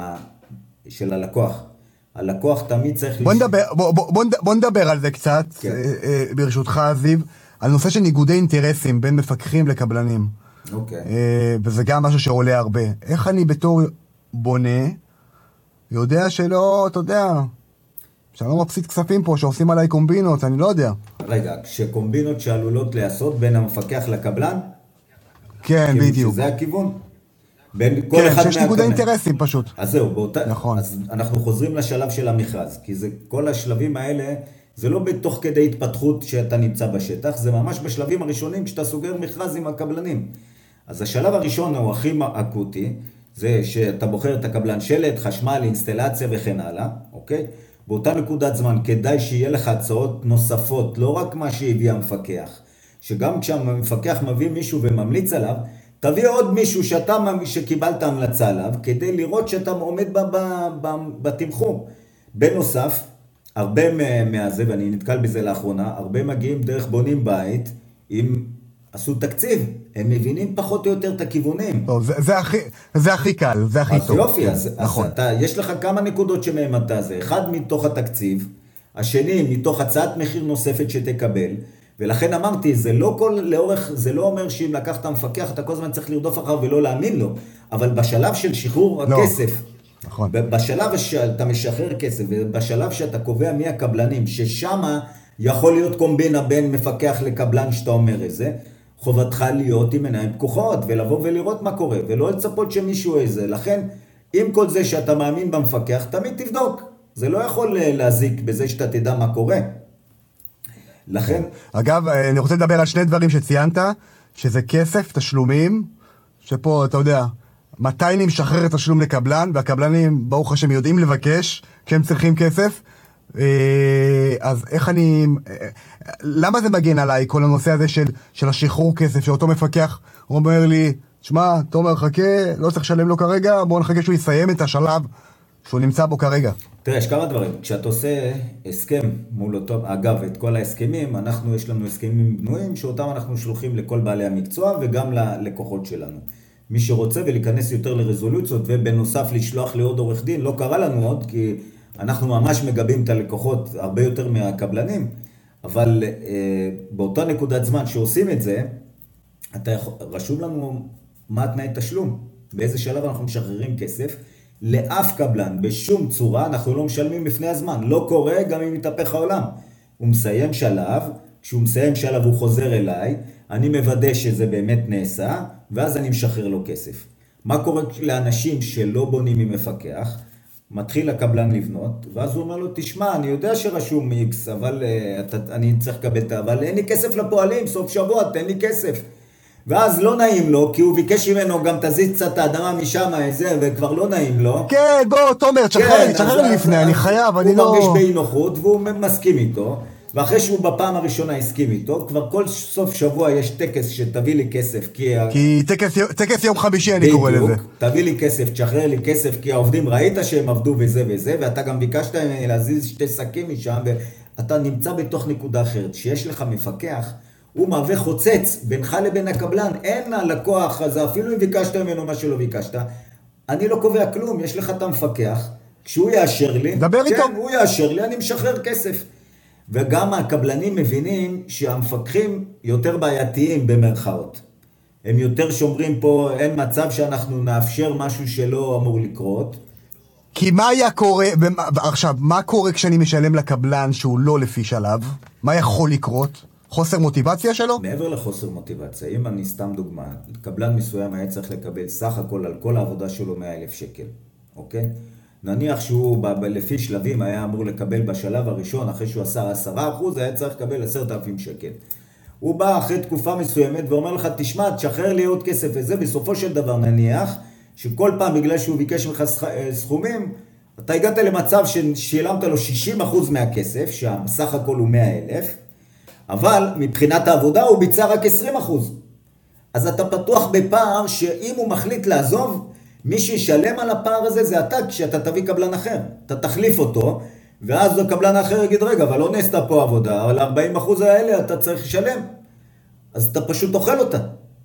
של הלקוח. הלקוח תמיד צריך... בוא נדבר על זה קצת, ברשותך זיו, על נושא של ניגודי אינטרסים בין מפקחים לקבלנים. אוקיי. וזה גם משהו שעולה הרבה. איך אני בתור בונה, יודע שלא, אתה יודע, שאני לא מפסיד כספים פה, שעושים עליי קומבינות, אני לא יודע. רגע, כשקומבינות שעלולות להיעשות בין המפקח לקבלן? כן, בדיוק. שזה הכיוון? בין כל כן, אחד שיש ניגודי אינטרסים פשוט. אז זהו, נכון. אז אנחנו חוזרים לשלב של המכרז, כי כל השלבים האלה, זה לא בתוך כדי התפתחות שאתה נמצא בשטח, זה ממש בשלבים הראשונים כשאתה סוגר מכרז עם הקבלנים. אז השלב הראשון הוא הכי אקוטי, זה שאתה בוחר את הקבלן שלט, חשמל, אינסטלציה וכן הלאה, אוקיי? באותה נקודת זמן כדאי שיהיה לך הצעות נוספות, לא רק מה שהביא המפקח, שגם כשהמפקח מביא מישהו וממליץ עליו, תביא עוד מישהו שקיבלת המלצה עליו, כדי לראות שאתה עומד בתמחור. בנוסף, הרבה מהזה, ואני נתקל בזה לאחרונה, הרבה מגיעים דרך בונים בית, אם עשו תקציב, הם מבינים פחות או יותר את הכיוונים. זה הכי קל, זה הכי טוב. אז יופי, אז יש לך כמה נקודות שמהם אתה זה. אחד מתוך התקציב, השני מתוך הצעת מחיר נוספת שתקבל, ולכן אמרתי, זה לא אומר שאם לקחת מפקח, אתה כל הזמן צריך לרדוף אחר ולא להאמין לו, אבל בשלב של שחרור הכסף, נכון. בשלב שאתה משחרר כסף, ובשלב שאתה קובע מי הקבלנים, ששמה יכול להיות קומבינה בין מפקח לקבלן שאתה אומר איזה, חובתך להיות עם עיניים פקוחות, ולבוא ולראות מה קורה, ולא לצפות שמישהו איזה. לכן, עם כל זה שאתה מאמין במפקח, תמיד תבדוק. זה לא יכול להזיק בזה שאתה תדע מה קורה. לכן... אגב, אני רוצה לדבר על שני דברים שציינת, שזה כסף, תשלומים, שפה, אתה יודע, מתי אני משחרר את תשלום לקבלן, והקבלנים, ברוך השם, יודעים לבקש כשהם צריכים כסף, אז איך למה זה מגן עליי, כל הנושא הזה של השחרור כסף, שאותו מפקח אומר לי, תשמע, תומר, חכה, לא צריך לשלם לו כרגע, בואו נחכה שהוא יסיים את השלב שהוא נמצא בו כרגע. תראה, יש כמה דברים. כשאת עושה הסכם מול אותו, אגב, את כל ההסכמים, יש לנו הסכמים בנויים, שאותם אנחנו שולחים לכל בעלי המקצוע, וגם ללקוחות שלנו. מי שרוצה ולהיכנס יותר לרזולוציות, ובנוסף לשלוח לעוד עורך דין, לא קרה לנו עוד, כי אנחנו ממש מגבים את הלקוחות הרבה יותר מהקבלנים, אבל באותה נקודת זמן שעושים את זה, רשום לנו מה התנאי תשלום, באיזה שלב אנחנו משחררים כסף, לאף קבלן, בשום צורה, אנחנו לא משלמים לפני הזמן, לא קורה גם אם מתהפך העולם. הוא מסיים שלב, כשהוא מסיים שלב הוא חוזר אליי, אני מוודא שזה באמת נעשה, ואז אני משחרר לו כסף. מה קורה לאנשים שלא בונים עם מפקח? מתחיל הקבלן לבנות, ואז הוא אומר לו, תשמע, אני יודע שרשום איקס, אבל אני צריך לקבל את זה, אבל אין לי כסף לפועלים, סוף שבוע, תן לי כסף. ואז לא נעים לו, כי הוא ביקש ממנו גם תזיז קצת האדמה משם, וכבר לא נעים לו. כן, בוא, תומר, תשחרר לי לפני, אני חייב, אני לא... הוא מרגיש באי נוחות, והוא מסכים איתו, ואחרי שהוא בפעם הראשונה הסכים איתו, כבר כל סוף שבוע יש טקס שתביא לי כסף, כי טקס יום חמישי אני קורא לזה. תביא לי כסף, תשחרר לי כסף, כי העובדים ראית שהם עבדו וזה וזה, ואתה גם ביקשת להזיז 2 שקים משם, ואתה נמצא בתוך נקודה אחרת, שיש לך מפקח, הוא מהווה חוצץ בינך לבין הקבלן, אין הלקוח הזה, אפילו אם ביקשת ממנו מה שלא ביקשת, אני לא קובע כלום, יש לך את המפקח, כשהוא יאשר לי, דבר איתו. הוא יאשר לי, אני משחרר כסף. וגם הקבלנים מבינים שהמפקחים יותר בעייתיים במרכאות. הם יותר שומרים פה, אין מצב שאנחנו נאפשר משהו שלא אמור לקרות. כי מה היה קורה, עכשיו, מה קורה כשאני משלם לקבלן שהוא לא לפי שלב? מה יכול לקרות? חוסר מוטיבציה שלו? מעבר לחוסר מוטיבציה, אם אני סתם דוגמה, קבלן מסוים היה צריך לקבל סך הכל על כל העבודה שלו 100,000 שקל, אוקיי? נניח שהוא לפי שלבים היה אמור לקבל בשלב הראשון, אחרי שהוא עשה 10%, היה צריך לקבל 10,000 שקל. הוא בא אחרי תקופה מסוימת ואומר לך, תשמע, תשחרר לי עוד כסף וזה, בסופו של דבר נניח, שכל פעם בגלל שהוא ביקש ממך סכומים, אתה הגעת למצב ששילמת לו 60% מהכסף, שהסך הכל הוא 100,000, אבל מבחינת העבודה הוא ביצע רק 20%. אז אתה פתוח בפער שאם הוא מחליט לעזוב, מי שישלם על הפער הזה זה אתה, כשאתה תביא קבלן אחר. אתה תחליף אותו, ואז הקבלן האחר יגיד, רגע, אבל לא נעשתה פה עבודה, אבל 40% האלה אתה צריך לשלם. אז אתה פשוט אוכל אותה.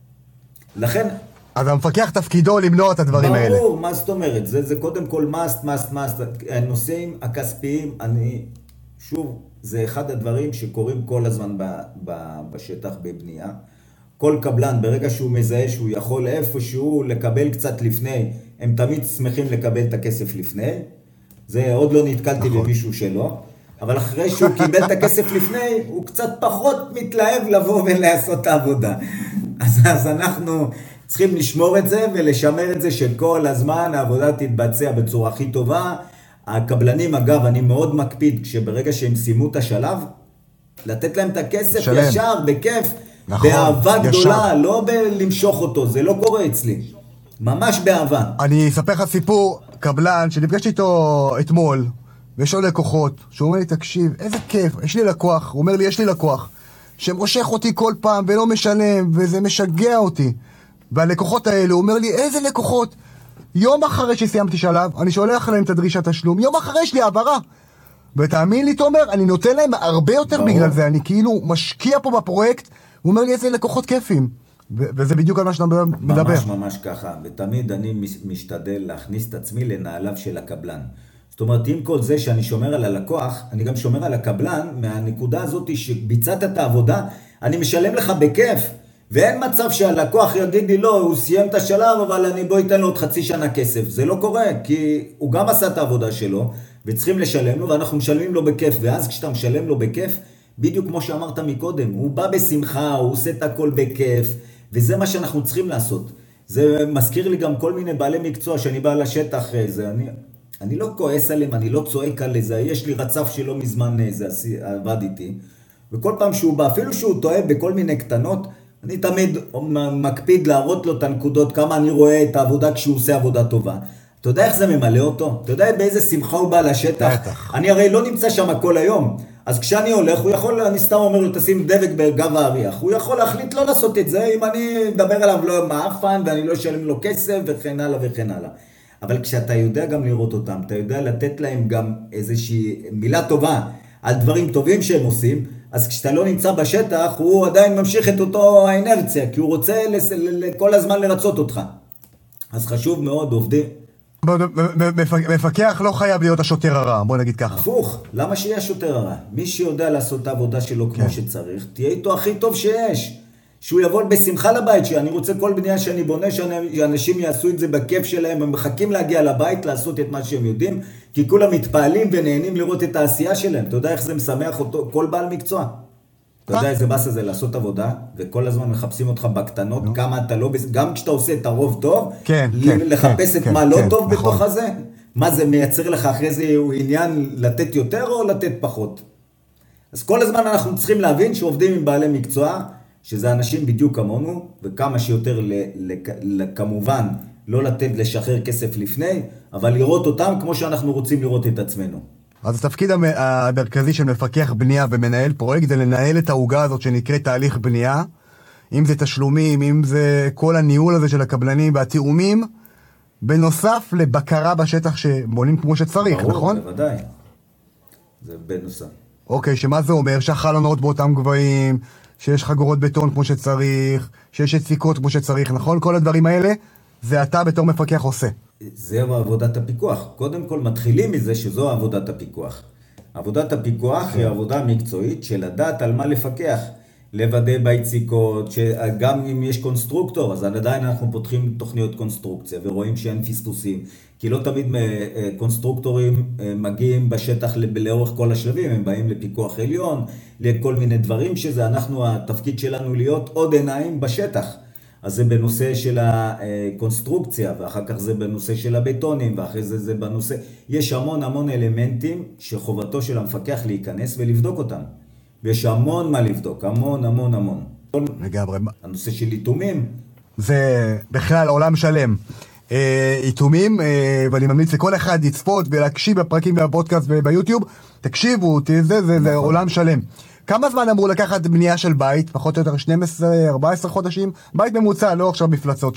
לכן... אז המפקח תפקידו למנוע את הדברים האלה. ברור, מה זאת אומרת? זה קודם כל must. הנושאים הכספיים, שוב, זה אחד הדברים שקורים כל הזמן בשטח בבנייה. כל קבלן, ברגע שהוא מזהה שהוא יכול איפשהו לקבל קצת לפני, הם תמיד שמחים לקבל את הכסף לפני. זה עוד לא נתקלתי במישהו שלא. אבל אחרי שהוא קיבל את הכסף לפני, הוא קצת פחות מתלהב לבוא ולעשות את העבודה. אז אנחנו צריכים לשמור את זה ולשמר את זה שכל הזמן העבודה תתבצע בצורה הכי טובה. הקבלנים, אגב, אני מאוד מקפיד שברגע שהם סיימו את השלב, לתת להם את הכסף שלם. ישר, בכיף, נכון, באהבה ישר. גדולה, לא למשוך אותו, זה לא קורה אצלי. ממש באהבה. אני אספר לך סיפור, קבלן, שנפגשתי איתו אתמול, ויש לו לקוחות, שהוא אומר לי, תקשיב, איזה כיף, יש לי לקוח, הוא אומר לי, יש לי לקוח, שמושך אותי כל פעם ולא משלם, וזה משגע אותי. והלקוחות האלו, הוא אומר לי, איזה לקוחות? יום אחרי שסיימתי שלב, אני שולח להם את הדרישת תשלום, יום אחרי יש לי העברה. ותאמין לי, תומר, אני נותן להם הרבה יותר בגלל זה, אני כאילו משקיע פה בפרויקט, הוא אומר לי, איזה לקוחות כיפים. וזה בדיוק על מה שאתה מדבר. ממש ככה, ותמיד אני משתדל להכניס את עצמי לנעליו של הקבלן. זאת אומרת, עם כל זה שאני שומר על הלקוח, אני גם שומר על הקבלן, מהנקודה הזאת שביצעת את העבודה, אני משלם לך בכיף, ואין מצב שהלקוח יגיד לי, לא, הוא סיים את השלב, אבל אני בוא ייתן לו עוד חצי שנה כסף. זה לא קורה, כי הוא גם עשה את העבודה שלו, וצריכים לשלם לו, ואנחנו משלמים לו בכיף, ואז כשאתה משלם לו בכיף, בדיוק כמו שאמרת מקודם, הוא בא בשמחה, הוא עושה את הכל בכיף, וזה מה שאנחנו צריכים לעשות. זה מזכיר לי גם כל מיני בעלי מקצוע, שאני בא לשטח, אני לא כועס עליהם, אני לא צועק על זה, יש לי רצף שלא מזמן עבד איתי, וכל פעם שהוא בא, אפילו שהוא טועה בכל מיני קטנות, אני תמיד מקפיד להראות לו את הנקודות, כמה אני רואה את העבודה כשהוא עושה עבודה טובה. אתה יודע איך זה ממלא אותו? אתה יודע באיזה שמחה הוא בא לשטח? בטח. אני הרי לא נמצא שם כל היום. אז כשאני הולך, הוא יכול, אני סתם אומר לו, תשים דבק בגב האריח. הוא יכול להחליט לא לעשות את זה, אם אני מדבר עליו לא מאפן, ואני לא אשלם לו כסף, וכן הלאה וכן הלאה. אבל כשאתה יודע גם לראות אותם, אתה יודע לתת להם גם איזושהי מילה טובה על דברים טובים שהם עושים, אז כשאתה לא נמצא בשטח, הוא עדיין ממשיך את אותו האנרציה, כי הוא רוצה כל הזמן לרצות אותך. אז חשוב מאוד, עובדים. מפקח לא חייב להיות השוטר הרע, בוא נגיד ככה. הפוך, למה שיהיה שוטר הרע? מי שיודע לעשות את העבודה שלו כמו שצריך, תהיה איתו הכי טוב שיש. שהוא יבוא בשמחה לבית, שאני רוצה כל בנייה שאני בונה, שאנשים יעשו את זה בכיף שלהם, הם מחכים להגיע לבית, לעשות את מה שהם יודעים, כי כולם מתפעלים ונהנים לראות את העשייה שלהם. אתה יודע איך זה משמח אותו, כל בעל מקצוע. אתה יודע איזה באס הזה לעשות עבודה, וכל הזמן מחפשים אותך בקטנות, כמה אתה לא, גם כשאתה עושה את הרוב טוב, לחפש את מה לא טוב בתוך הזה, מה זה מייצר לך אחרי זה עניין לתת יותר או לתת פחות. אז כל הזמן אנחנו צריכים להבין שעובדים עם בעלי מקצוע, שזה אנשים בדיוק כמונו, וכמה שיותר כמובן לא לתת לשחרר כסף לפני, אבל לראות אותם כמו שאנחנו רוצים לראות את עצמנו. אז התפקיד המרכזי של מפקח בנייה ומנהל פרויקט זה לנהל את ההוגה הזאת שנקראת תהליך בנייה, אם זה תשלומים, אם זה כל הניהול הזה של הקבלנים והתיאומים, בנוסף לבקרה בשטח שבונים כמו שצריך, ברור, נכון? בוודאי. זה בנוסף. אוקיי, שמה זה אומר? שהחלונות באותם גבוהים, שיש חגורות בטון כמו שצריך, שיש יציקות כמו שצריך, נכון? כל הדברים האלה, זה אתה בתור מפקח עושה. זהו עבודת הפיקוח. קודם כל מתחילים מזה שזו עבודת הפיקוח. עבודת הפיקוח היא עבודה מקצועית של לדעת על מה לפקח. לוודא ביציקות, שגם אם יש קונסטרוקטור, אז עדיין אנחנו פותחים תוכניות קונסטרוקציה ורואים שאין פספוסים. כי לא תמיד קונסטרוקטורים מגיעים בשטח לאורך כל השלבים, הם באים לפיקוח עליון, לכל מיני דברים שזה, התפקיד שלנו להיות עוד עיניים בשטח. אז זה בנושא של הקונסטרוקציה, ואחר כך זה בנושא של הבטונים, ואחרי זה בנושא, יש המון אלמנטים שחובתו של המפקח להיכנס ולבדוק אותם. ויש המון מה לבדוק, המון. לגמרי. הנושא של איתומים. זה בכלל עולם שלם. איתומים, ואני ממליץ לכל אחד לצפות ולהקשיב בפרקים בפודקאסט ביוטיוב, תקשיבו, זה עולם שלם. כמה זמן אמור לקחת בנייה של בית? פחות או יותר 12-14 חודשים? בית ממוצע, לא עכשיו מפלצות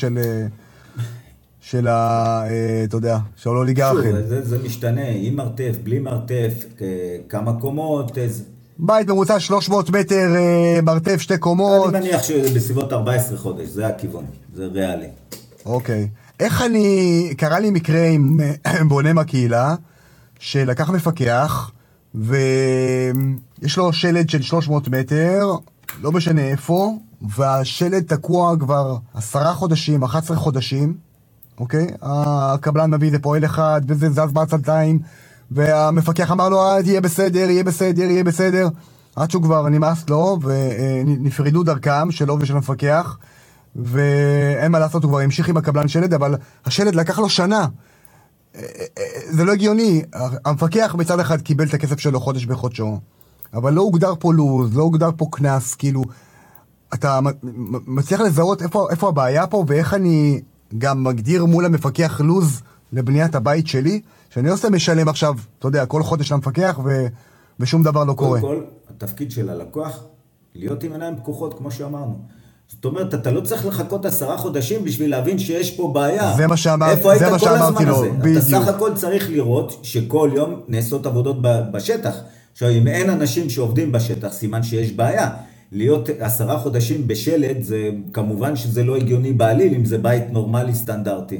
של אתה יודע, של אוליגרכים. זה משתנה, עם מרתף, בלי מרתף, כמה קומות, בית ממוצע 300 מטר, מרתף 2 קומות. אני מניח שבסביבות 14 חודש, זה הכיוון, זה ריאלי. אוקיי. קרה לי מקרה עם בונה מהקהילה, שלקח מפקח, ויש לו שלד של 300 מטר, לא משנה איפה, והשלד תקוע כבר 10 חודשים, 11 חודשים, אוקיי? הקבלן מביא זה פועל אחד, וזה זז בעצלתיים, והמפקח אמר לו, יהיה בסדר, עד שהוא כבר נמאס לו, ונפרדו דרכם שלו ושל המפקח, ואין מה לעשות, הוא כבר המשיך עם הקבלן שלד, אבל השלד לקח לו שנה. זה לא הגיוני. המפקח מצד אחד קיבל את הכסף שלו חודש בחודשו, אבל לא הוגדר פה לוז, לא הוגדר פה כנס, כאילו, אתה מצליח לזהות איפה הבעיה פה, ואיך אני גם מגדיר מול המפקח לוז לבניית הבית שלי, שאני לא עושה משלם עכשיו, אתה יודע, כל חודש למפקח, ושום דבר לא קורה. קודם כל, התפקיד של הלקוח, להיות עם עיניים פקוחות, כמו שאמרנו. זאת אומרת, אתה לא צריך לחכות 10 חודשים בשביל להבין שיש פה בעיה. זה מה שאמרתי לו, בדיוק. אתה סך הכל צריך לראות שכל יום נעשות עבודות בשטח. עכשיו, אם אין אנשים שעובדים בשטח, סימן שיש בעיה. להיות 10 חודשים בשלד, זה כמובן שזה לא הגיוני בעליל, אם זה בית נורמלי סטנדרטי.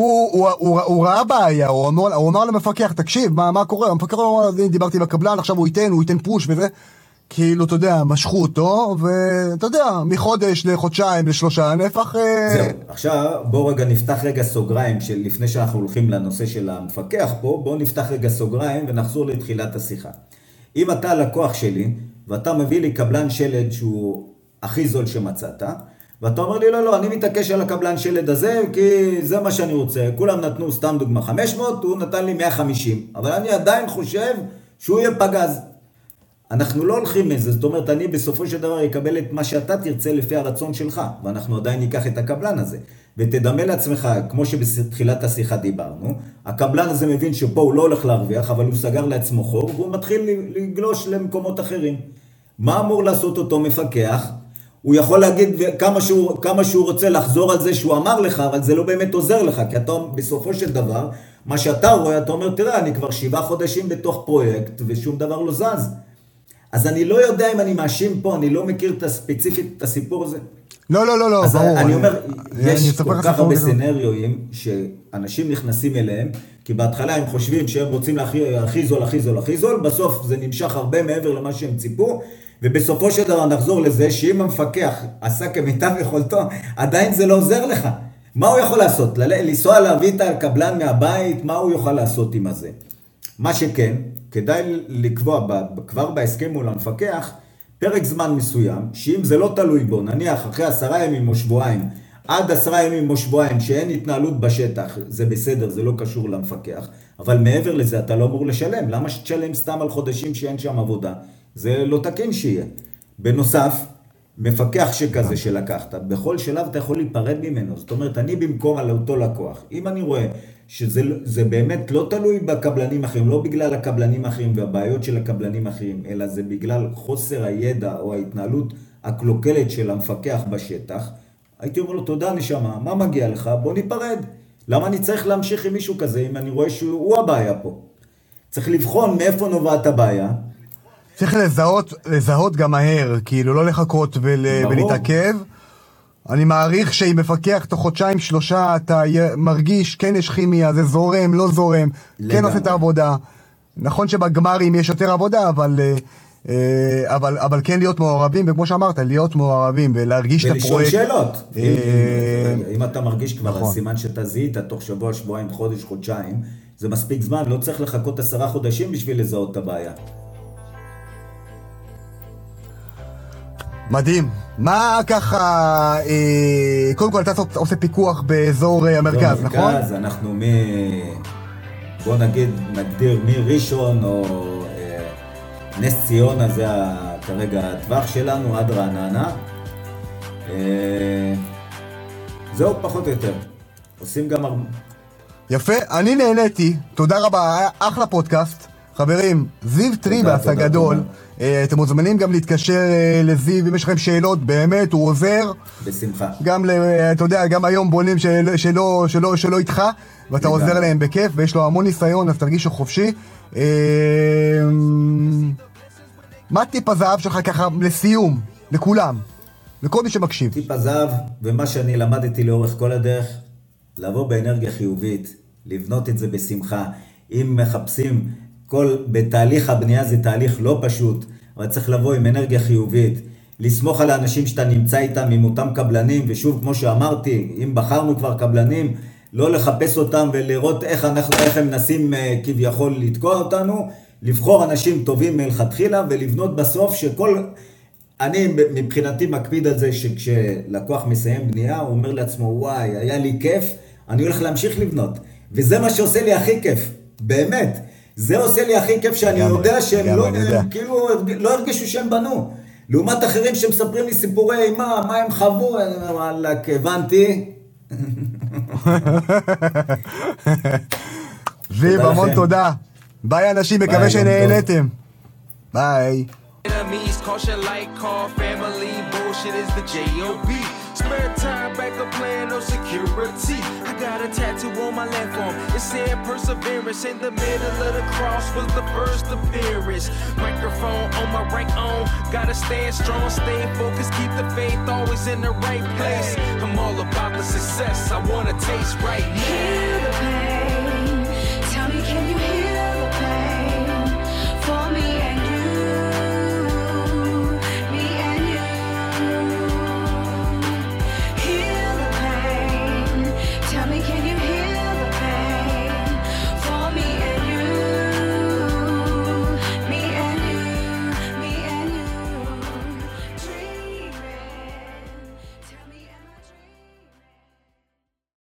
הוא ראה בעיה, הוא אמר למפקח, תקשיב, מה קורה? המפקח אמר, דיברתי עם הקבלן, עכשיו הוא ייתן פוש וזה. כאילו, אתה יודע, משכו אותו, ואתה יודע, מחודש לחודשיים, לשלושה, נהפך... זהו, עכשיו בואו רגע נפתח רגע סוגריים, לפני שאנחנו הולכים לנושא של המפקח פה, בואו נפתח רגע סוגריים ונחזור לתחילת השיחה. אם אתה הלקוח שלי, ואתה מביא לי קבלן שלד שהוא הכי זול שמצאת, ואתה אומר לי, לא, אני מתעקש על הקבלן שלד הזה, כי זה מה שאני רוצה. כולם נתנו, סתם דוגמה, 500, הוא נתן לי 150, אבל אני עדיין חושב שהוא יהיה פגז. אנחנו לא הולכים מזה, זאת אומרת, אני בסופו של דבר אקבל את מה שאתה תרצה לפי הרצון שלך, ואנחנו עדיין ניקח את הקבלן הזה. ותדמה לעצמך, כמו שבתחילת השיחה דיברנו, הקבלן הזה מבין שפה הוא לא הולך להרוויח, אבל הוא סגר לעצמו חור, והוא מתחיל לגלוש למקומות אחרים. מה אמור לעשות אותו מפקח? הוא יכול להגיד כמה שהוא רוצה לחזור על זה שהוא אמר לך, אבל זה לא באמת עוזר לך, כי אתה בסופו של דבר, מה שאתה רואה, אתה אומר, תראה, אני כבר 7 חודשים בתוך פרויקט, ושום דבר לא זז. אז אני לא יודע אם אני מאשים פה, אני לא מכיר ספציפית את הסיפור הזה. לא, אז ברור. אני אומר, יש כל כך הרבה סנריואים שאנשים נכנסים אליהם, כי בהתחלה הם חושבים שהם רוצים הכי זול, בסוף זה נמשך הרבה מעבר למה שהם ציפו, ובסופו של דבר נחזור לזה שאם המפקח עשה כמיטב יכולתו, עדיין זה לא עוזר לך. מה הוא יכול לעשות? לנסוע להביא את הקבלן מהבית, מה הוא יוכל לעשות עם הזה? מה שכן, כדאי לקבוע כבר בהסכם מול המפקח, פרק זמן מסוים, שאם זה לא תלוי בו, נניח אחרי 10 ימים או שבועיים, עד 10 ימים או שבועיים שאין התנהלות בשטח, זה בסדר, זה לא קשור למפקח, אבל מעבר לזה אתה לא אמור לשלם. למה שתשלם סתם על חודשים שאין שם עבודה? זה לא תקין שיהיה. בנוסף, מפקח שכזה שלקחת, בכל שלב אתה יכול להיפרד ממנו. זאת אומרת, אני במקום על אותו לקוח, אם אני רואה שזה באמת לא תלוי בקבלנים אחרים, לא בגלל הקבלנים אחרים והבעיות של הקבלנים אחרים, אלא זה בגלל חוסר הידע או ההתנהלות הקלוקלת של המפקח בשטח, הייתי אומר לו, תודה נשמה, מה מגיע לך? בוא ניפרד. למה אני צריך להמשיך עם מישהו כזה אם אני רואה שהוא הבעיה פה? צריך לבחון מאיפה נובעת הבעיה. צריך לזהות גם מהר, כאילו לא לחכות ולהתעכב. אני מעריך שאם מפקח תוך 2-3 אתה מרגיש, כן יש כימיה, זה זורם, לא זורם, כן עושה את העבודה. נכון שבגמרים יש יותר עבודה, אבל כן להיות מעורבים, וכמו שאמרת, להיות מעורבים ולהרגיש את הפרויקט. ולשאול שאלות. אם אתה מרגיש כבר, סימן שאתה זיהית תוך שבוע, שבועיים, חודש, חודשיים, זה מספיק זמן, לא צריך לחכות 10 חודשים בשביל לזהות את הבעיה. מדהים. מה ככה, קודם כל אתה עושה פיקוח באזור המרכז, נכון? במרכז, אנחנו בוא נגדיר מראשון או נס ציונה, זה כרגע הטווח שלנו, עד רעננה. זהו פחות או יותר. עושים גם הרבה. יפה, אני נהניתי, תודה רבה, היה אחלה פודקאסט. חברים, זיו טריבס הגדול, אתם מוזמנים גם להתקשר לזיו, אם יש לכם שאלות, באמת, הוא עוזר. בשמחה. גם, אתה יודע, גם היום בונים שלא איתך, ואתה עוזר להם בכיף, ויש לו המון ניסיון, אז תרגישו חופשי. מה טיפ הזהב שלך ככה לסיום, לכולם, לכל מי שמקשיב? טיפ הזהב, ומה שאני למדתי לאורך כל הדרך, לעבור באנרגיה חיובית, לבנות את זה בשמחה. אם מחפשים, בתהליך הבנייה זה תהליך לא פשוט, אבל צריך לבוא עם אנרגיה חיובית, לסמוך על האנשים שאתה נמצא איתם, עם אותם קבלנים, ושוב, כמו שאמרתי, אם בחרנו כבר קבלנים, לא לחפש אותם ולראות איך הם מנסים כביכול לתקוע אותנו, לבחור אנשים טובים מלכתחילה, ולבנות בסוף אני מבחינתי מקפיד על זה שכשלקוח מסיים בנייה, הוא אומר לעצמו, וואי, היה לי כיף, אני הולך להמשיך לבנות. וזה מה שעושה לי הכי כיף, באמת. זה עושה לי הכי כיף שאני יודע שהם כאילו לא הרגישו שהם בנו. לעומת אחרים שמספרים לי סיפורי אימה, מה הם חוו, וואלק, הבנתי. זיו, המון תודה. ביי אנשים, מקווה שנהנתם. ביי. Enemies, caution light, call family, bullshit is the J.O.B. Spare time, back up playing no security. I got a tattoo on my left arm, it said perseverance. In the middle of the cross was the first appearance. Microphone on my right arm, gotta stand strong, stay focused, keep the faith always in the right place. I'm all about the success, I wanna taste right now.